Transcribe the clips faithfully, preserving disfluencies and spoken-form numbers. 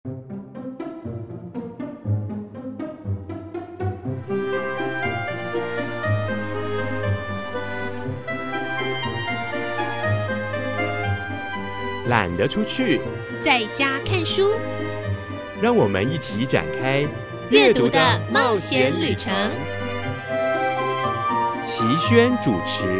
懒得出去， 在家看书， 让我们一起展开阅读的冒险旅程。 齐轩主持。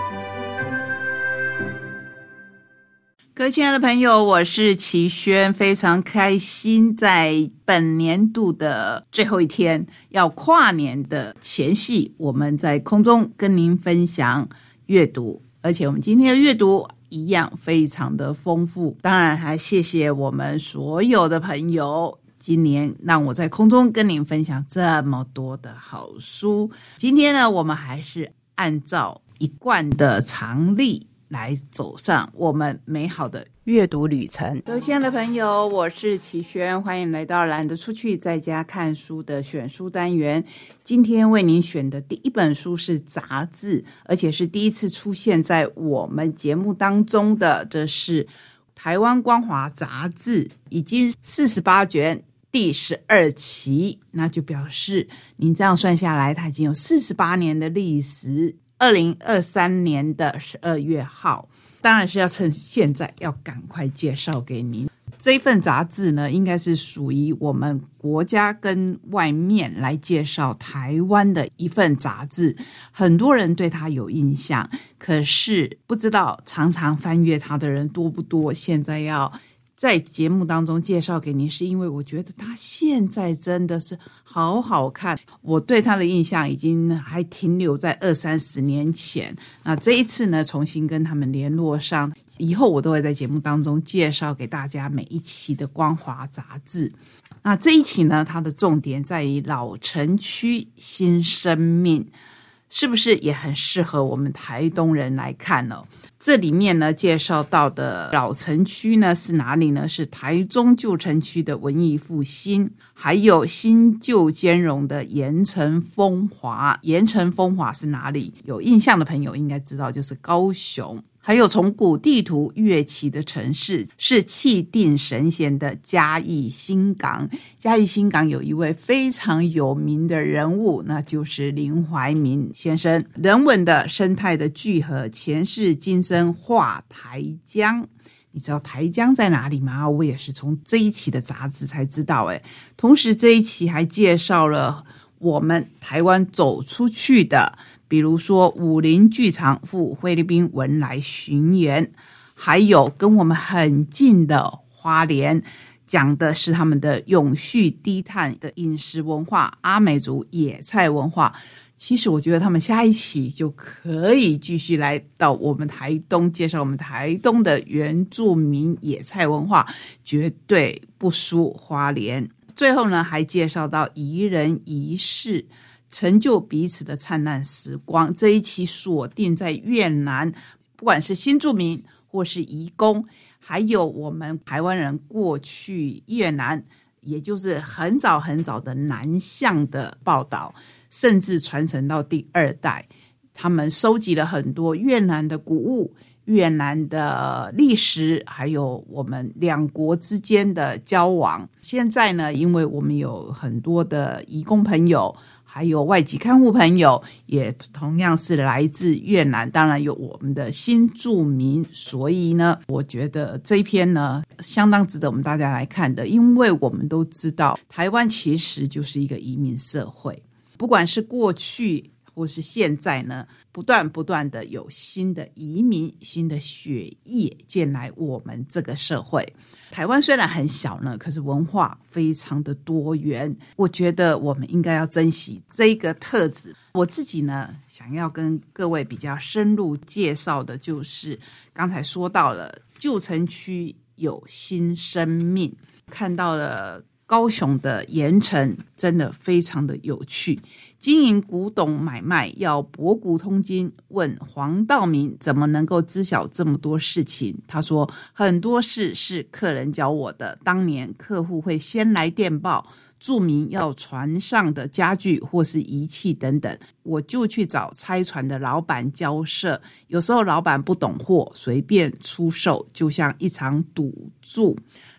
各位亲爱的朋友，我是齐轩，非常开心在本年度的最后一天，要跨年的前夕，我们在空中跟您分享阅读，而且我们今天的阅读一样非常的丰富。当然还谢谢我们所有的朋友，今年让我在空中跟您分享这么多的好书。今天呢，我们还是按照一贯的常例来走上我们美好的阅读旅程。各位亲爱的朋友，我是齐轩，欢迎来到懒得出去在家看书的选书单元。今天为您选的第一本书是杂志，而且是第一次出现在我们节目当中的，这是台湾光华杂志，已经四十八卷，第十二期，那就表示您这样算下来，它已经有四十八年的历史。二零二三年的十二月号，当然是要趁现在要赶快介绍给您。这一份杂志呢，应该是属于我们国家跟外面来介绍台湾的一份杂志，很多人对它有印象，可是不知道常常翻阅它的人多不多。现在要在节目当中介绍给您，是因为我觉得它现在真的是好好看，我对它的印象已经还停留在二三十年前。那这一次呢，重新跟他们联络上，以后我都会在节目当中介绍给大家每一期的光华杂志。那这一期呢，它的重点在于老城区新生命，是不是也很适合我们台东人来看呢？这里面呢介绍到的老城区呢是哪里呢？是台中旧城区的文艺复兴，还有新旧兼容的盐城风华。盐城风华是哪里？有印象的朋友应该知道，就是高雄。还有从古地图跃起的城市，是气定神闲的嘉义新港。嘉义新港有一位非常有名的人物，那就是林怀民先生。人文的生态的聚合，前世今生化台江。你知道台江在哪里吗？我也是从这一期的杂志才知道诶。同时这一期还介绍了我们台湾走出去的，比如说武林剧场赴菲律宾文莱巡演，还有跟我们很近的花莲，讲的是他们的永续低碳的饮食文化，阿美族野菜文化。其实我觉得他们下一期就可以继续来到我们台东，介绍我们台东的原住民野菜文化，绝对不输花莲。最后呢，还介绍到宜人宜事，成就彼此的灿烂时光。这一期锁定在越南，不管是新住民或是移工，还有我们台湾人过去越南，也就是很早很早的南向的报道，甚至传承到第二代。他们收集了很多越南的古物，越南的历史，还有我们两国之间的交往。现在呢，因为我们有很多的移工朋友，还有外籍看护朋友，也同样是来自越南，当然有我们的新住民，所以呢，我觉得这一篇呢相当值得我们大家来看的。因为我们都知道台湾其实就是一个移民社会，不管是过去或是现在呢，不断不断的有新的移民、新的血液进来我们这个社会。台湾虽然很小呢，可是文化非常的多元，我觉得我们应该要珍惜这个特质。我自己呢，想要跟各位比较深入介绍的就是刚才说到了旧城区有新生命，看到了高雄的盐城，真的非常的有趣。经营古董买卖要博古通今，问黄道明怎么能够知晓这么多事情。他说很多事是客人教我的，当年客户会先来电报注明要船上的家具或是仪器等等，我就去找拆船的老板交涉，有时候老板不懂货，随便出售，就像一场赌注。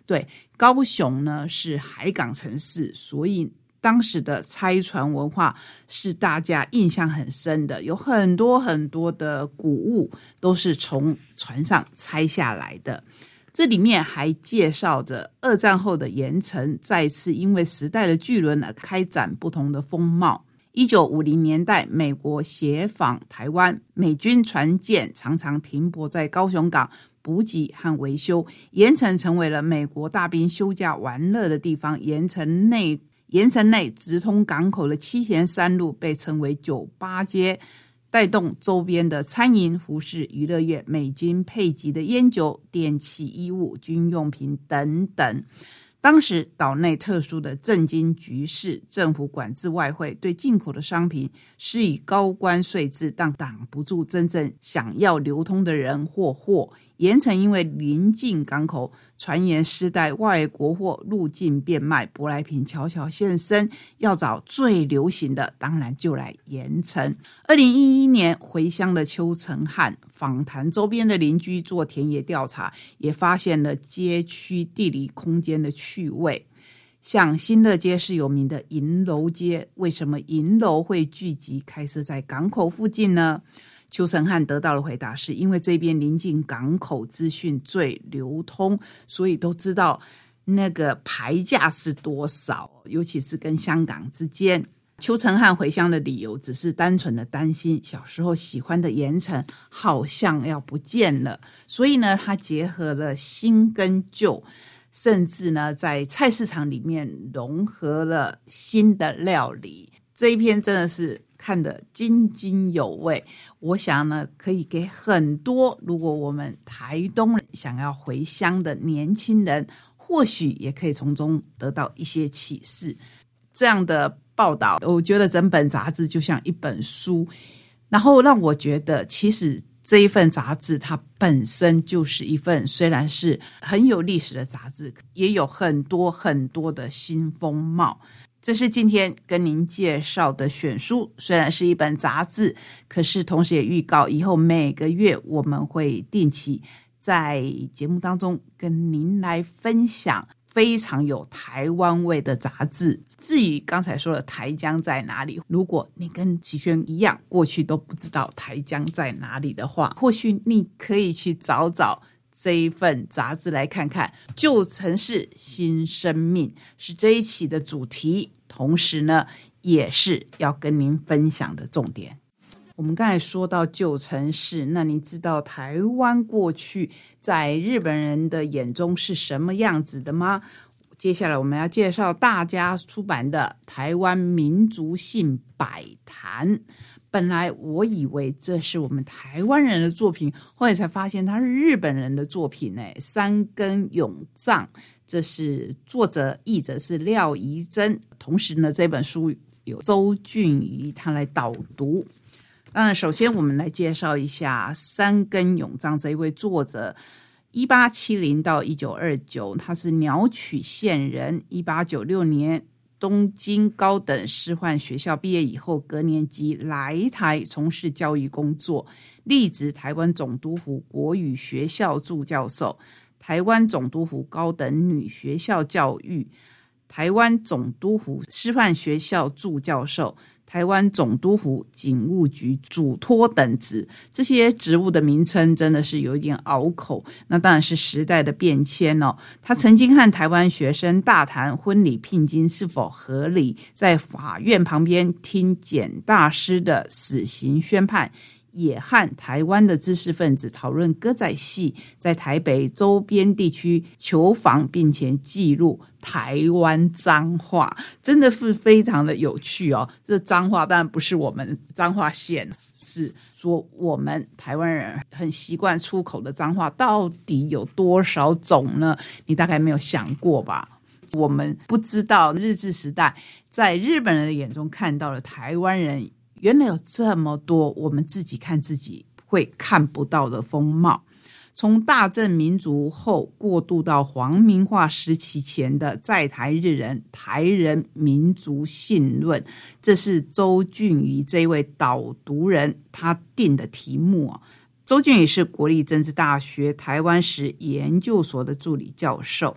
对，高雄呢是海港城市，所以当时的拆船文化是大家印象很深的，有很多很多的古物都是从船上拆下来的。这里面还介绍着二战后的盐城再次因为时代的巨轮而开展不同的风貌。一九五零年代，美国协防台湾，美军船舰常常停泊在高雄港补给和维修，盐城成为了美国大兵休假玩乐的地方。盐城内盐城内直通港口的七贤三路被称为酒吧街，带动周边的餐饮、服饰、娱乐业、美军配给的烟酒、电器、衣物、军用品等等。当时岛内特殊的政经局势，政府管制外汇，对进口的商品施以高关税制，但挡不住真正想要流通的人或货。盐城因为临近港口，传言世代外国货入境变卖，舶来品悄悄现身，要找最流行的当然就来盐城。二零一一年回乡的邱成汉访谈周边的邻居，做田野调查，也发现了街区地理空间的趣味。像新乐街是有名的银楼街，为什么银楼会聚集开设在港口附近呢？邱成汉得到的回答是，因为这边临近港口，资讯最流通，所以都知道那个牌价是多少，尤其是跟香港之间。邱成汉回乡的理由只是单纯的担心小时候喜欢的盐城好像要不见了，所以呢，他结合了新跟旧，甚至呢在菜市场里面融合了新的料理。这一篇真的是看得津津有味，我想呢可以给很多如果我们台东人想要回乡的年轻人，或许也可以从中得到一些启示。这样的报道，我觉得整本杂志就像一本书，然后让我觉得其实这一份杂志它本身就是一份虽然是很有历史的杂志，也有很多很多的新风貌。这是今天跟您介绍的选书，虽然是一本杂志，可是同时也预告以后每个月我们会定期在节目当中跟您来分享非常有台湾味的杂志。至于刚才说的台江在哪里，如果你跟齐轩一样过去都不知道台江在哪里的话，或许你可以去找找这一份杂志来看看。旧城市新生命是这一期的主题，同时呢也是要跟您分享的重点。我们刚才说到旧城市，那你知道台湾过去在日本人的眼中是什么样子的吗？接下来我们要介绍大家出版的《台湾民族性百谈》。本来我以为这是我们台湾人的作品，后来才发现它是日本人的作品。三根永藏，这是作者译者是廖怡珍，同时呢这本书有周俊瑜他来导读。当然首先我们来介绍一下三根永藏这一位作者，一八七零到一九二九，他是鸟取县人。一八九六年东京高等师范学校毕业以后，隔年即来台从事教育工作，历职台湾总督府国语学校助教授、台湾总督府高等女学校教育、台湾总督府师范学校助教授、台湾总督府警务局主托等职。这些职务的名称真的是有一点拗口，那当然是时代的变迁哦。他曾经和台湾学生大谈婚礼聘金是否合理，在法院旁边听简大师的死刑宣判，也和台湾的知识分子讨论歌仔戏在台北周边地区求访，并且记录台湾彰化，真的是非常的有趣哦。这彰化当然不是我们彰化县，是说我们台湾人很习惯出口的彰化到底有多少种呢？你大概没有想过吧？我们不知道日治时代在日本人的眼中看到了台湾人原来有这么多我们自己看自己会看不到的风貌。从大正民族后过渡到皇民化时期前的在台日人台人民族性论，这是周俊瑜这位导读人他定的题目啊。周俊瑜是国立政治大学台湾史研究所的助理教授。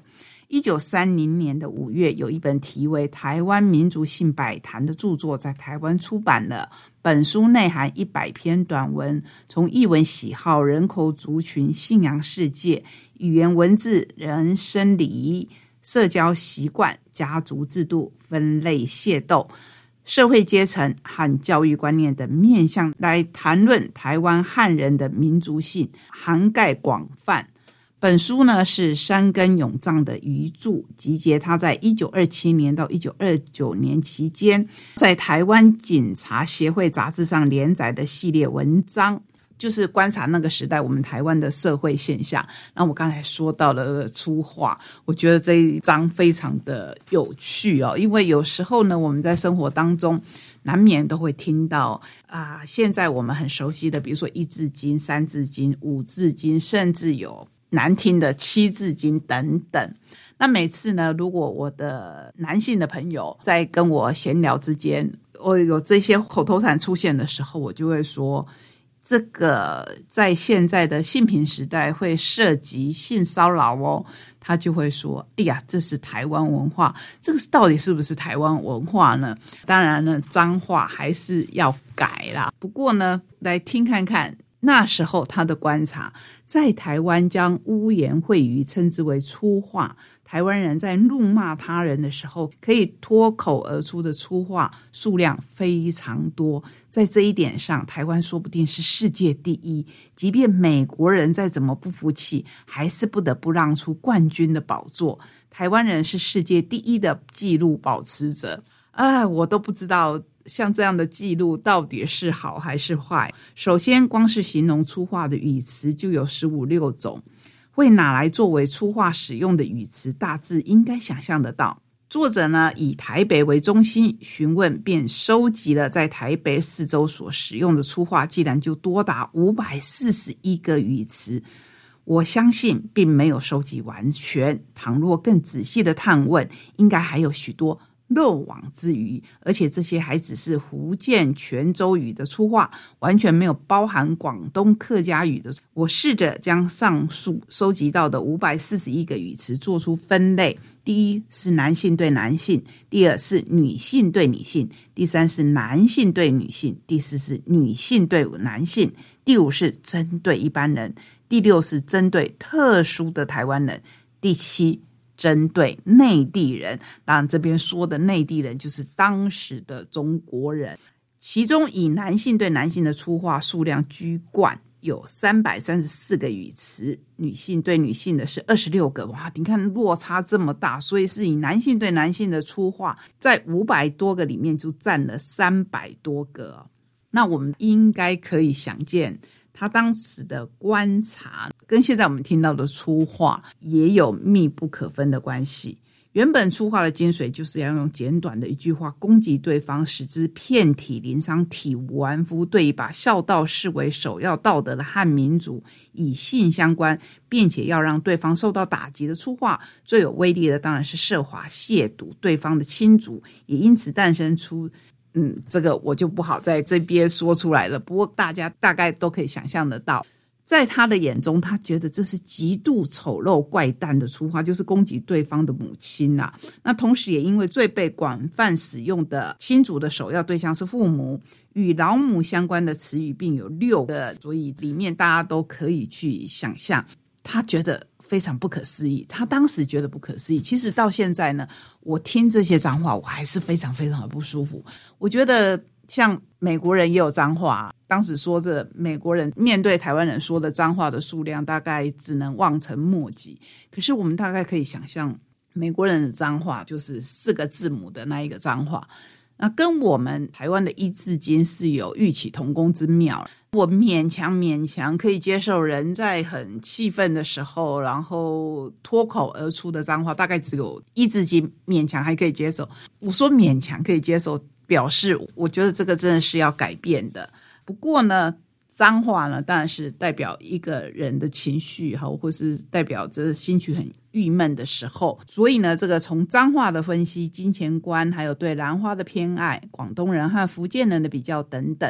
一九三零年的五月，有一本题为《台湾民族性百谈》的著作在台湾出版了。本书内含一百篇短文，从艺文喜好、人口族群、信仰世界、语言文字、人生礼仪、社交习惯、家族制度、分类械斗、社会阶层和教育观念等面向来谈论台湾汉人的民族性，涵盖广泛。本书呢是山根永藏的遗著，集结他在一九二七年到一九二九年期间在台湾警察协会杂志上连载的系列文章，就是观察那个时代我们台湾的社会现象。那我刚才说到了粗话，我觉得这一章非常的有趣哦，因为有时候呢我们在生活当中难免都会听到啊，现在我们很熟悉的比如说一字经、三字经、五字经，甚至有难听的七字经等等。那每次呢，如果我的男性的朋友在跟我闲聊之间，我有这些口头禅出现的时候，我就会说，这个在现在的性平时代会涉及性骚扰哦。他就会说，哎呀，这是台湾文化，这个到底是不是台湾文化呢？当然呢，脏话还是要改啦。不过呢，来听看看那时候他的观察，在台湾将污言秽语称之为粗话，台湾人在怒骂他人的时候可以脱口而出的粗话数量非常多，在这一点上台湾说不定是世界第一，即便美国人再怎么不服气，还是不得不让出冠军的宝座。台湾人是世界第一的纪录保持者啊，我都不知道像这样的记录到底是好还是坏。首先光是形容粗话的语词就有十五六种，会拿来作为粗话使用的语词大致应该想象得到。作者呢以台北为中心询问，便收集了在台北四周所使用的粗话，竟然就多达五百四十一个语词。我相信并没有收集完全，倘若更仔细的探问，应该还有许多漏网之鱼，而且这些还只是福建泉州语的粗话，完全没有包含广东客家语的。我试着将上述收集到的五百四十一个语词做出分类，第一是男性对男性，第二是女性对女性，第三是男性对女性，第四是女性对男性，第五是针对一般人，第六是针对特殊的台湾人，第七针对内地人。当然这边说的内地人就是当时的中国人。其中以男性对男性的粗话数量居冠，有三百三十四个语词，女性对女性的是二十六个。哇，你看落差这么大，所以是以男性对男性的粗话在五百多个里面就占了三百多个。那我们应该可以想见他当时的观察跟现在我们听到的粗话也有密不可分的关系。原本粗话的精髓就是要用简短的一句话攻击对方，使之遍体鳞伤、体无完肤，对于把孝道视为首要道德的汉民族以性相关，并且要让对方受到打击的粗话，最有威力的当然是涉华亵渎对方的亲族，也因此诞生出嗯，这个我就不好在这边说出来了，不过大家大概都可以想象得到，在他的眼中，他觉得这是极度丑陋怪诞的粗话，就是攻击对方的母亲啊。那同时也因为最被广泛使用的亲族的首要对象是父母，与老母相关的词语并有六个，所以里面大家都可以去想象，他觉得非常不可思议，他当时觉得不可思议。其实到现在呢，我听这些脏话我还是非常非常的不舒服。我觉得像美国人也有脏话，当时说这美国人面对台湾人说的脏话的数量大概只能望尘莫及，可是我们大概可以想象美国人的脏话就是四个字母的那一个脏话，那跟我们台湾的一字经是有异曲同工之妙。我勉强勉强可以接受人在很气愤的时候然后脱口而出的脏话，大概只有一字经勉强还可以接受。我说勉强可以接受，表示我觉得这个真的是要改变的。不过呢，脏话呢当然是代表一个人的情绪，或是代表着心情很郁闷的时候，所以呢这个从脏话的分析、金钱观，还有对兰花的偏爱、广东人和福建人的比较等等，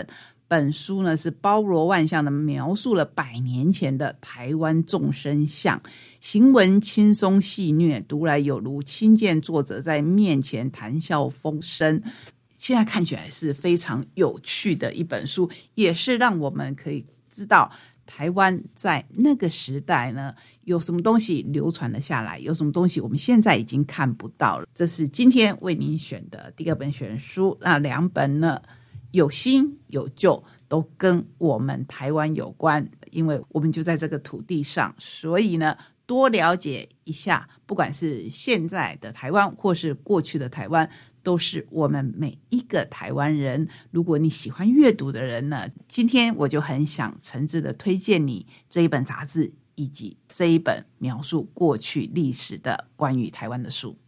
本书呢是包罗万象的描述了百年前的台湾众生相，行文轻松戏谑，读来有如亲见作者在面前谈笑风生。现在看起来是非常有趣的一本书，也是让我们可以知道台湾在那个时代呢有什么东西流传了下来，有什么东西我们现在已经看不到了。这是今天为您选的第二本选书，那两本呢有新有旧，都跟我们台湾有关，因为我们就在这个土地上，所以呢多了解一下，不管是现在的台湾或是过去的台湾，都是我们每一个台湾人。如果你喜欢阅读的人呢，今天我就很想诚挚的推荐你这一本杂志，以及这一本描述过去历史的关于台湾的书。